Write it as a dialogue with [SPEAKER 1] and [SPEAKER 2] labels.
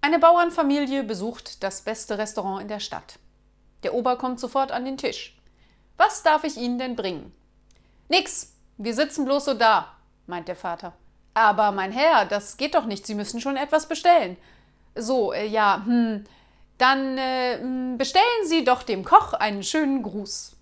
[SPEAKER 1] Eine Bauernfamilie besucht das beste Restaurant in der Stadt. Der Ober kommt sofort an den Tisch. »Was darf ich Ihnen denn bringen?« »Nix, wir sitzen bloß so da«, meint der Vater. »Aber mein Herr, das geht doch nicht, Sie müssen schon etwas bestellen.« »So, ja, dann bestellen Sie doch dem Koch einen schönen Gruß.«